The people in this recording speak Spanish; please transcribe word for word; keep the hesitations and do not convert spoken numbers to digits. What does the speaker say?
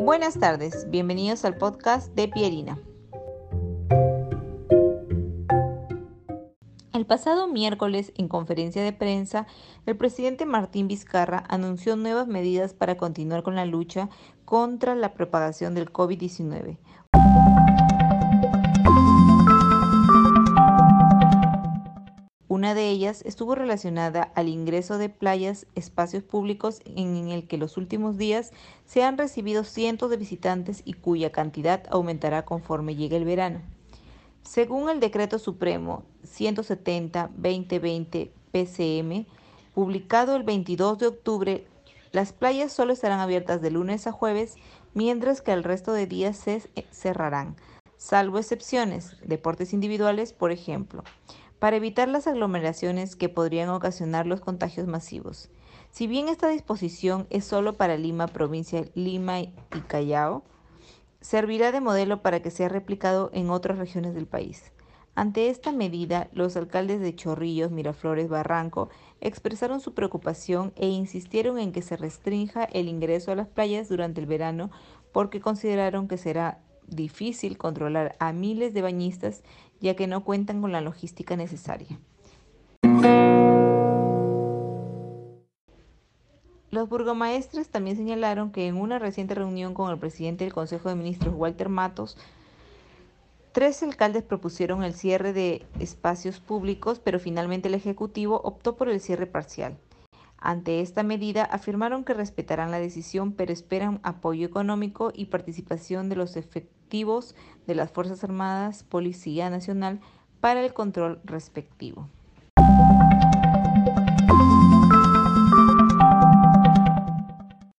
Buenas tardes, bienvenidos al podcast de Pierina. El pasado miércoles, en conferencia de prensa, el presidente Martín Vizcarra anunció nuevas medidas para continuar con la lucha contra la propagación del COVID diecinueve. Una de ellas estuvo relacionada al ingreso de playas, espacios públicos en el que los últimos días se han recibido cientos de visitantes y cuya cantidad aumentará conforme llegue el verano. Según el Decreto Supremo ciento setenta barra veinte veinte P C M, publicado el veintidós de octubre, las playas solo estarán abiertas de lunes a jueves, mientras que el resto de días se cerrarán, salvo excepciones, deportes individuales, por ejemplo, para evitar las aglomeraciones que podrían ocasionar los contagios masivos. Si bien esta disposición es solo para Lima, provincia Lima y Callao, servirá de modelo para que sea replicado en otras regiones del país. Ante esta medida, los alcaldes de Chorrillos, Miraflores, Barranco expresaron su preocupación e insistieron en que se restrinja el ingreso a las playas durante el verano porque consideraron que será difícil controlar a miles de bañistas ya que no cuentan con la logística necesaria. Los burgomaestres también señalaron que en una reciente reunión con el presidente del Consejo de Ministros, Walter Matos, tres alcaldes propusieron el cierre de espacios públicos, pero finalmente el Ejecutivo optó por el cierre parcial. Ante esta medida, afirmaron que respetarán la decisión, pero esperan apoyo económico y participación de los efectivos de las Fuerzas Armadas, Policía Nacional, para el control respectivo.